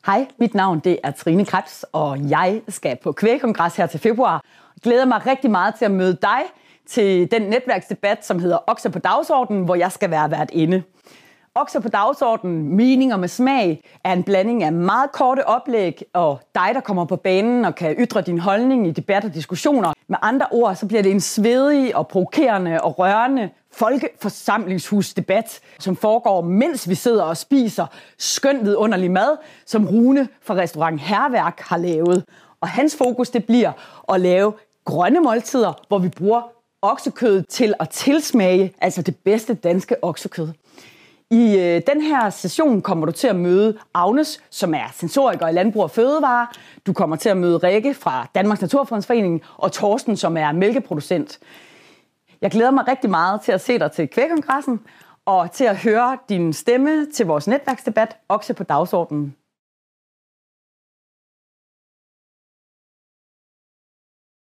Hej, mit navn det er Trine Krebs, og jeg skal på kvægkongres her til februar. Jeg glæder mig rigtig meget til at møde dig til den netværksdebat, som hedder Okser på dagsordenen, hvor jeg skal være værtinde. Okser på dagsordenen, meninger med smag, er en blanding af meget korte oplæg og dig, der kommer på banen og kan ytre din holdning i debat og diskussioner. Med andre ord, så bliver det en svedig og provokerende og rørende folkeforsamlingshusdebat, som foregår, mens vi sidder og spiser skøn vidunderlig mad, som Rune fra restaurant Herværk har lavet. Og hans fokus det bliver at lave grønne måltider, hvor vi bruger oksekød til at tilsmage, altså det bedste danske oksekød. I den her session kommer du til at møde Agnes, som er sensoriker i Landbrug og Fødevare. Du kommer til at møde Rikke fra Danmarks Naturfredningsforening og Torsten, som er mælkeproducent. Jeg glæder mig rigtig meget til at se dig til kvægkongressen og til at høre din stemme til vores netværksdebat Okse på dagsordenen.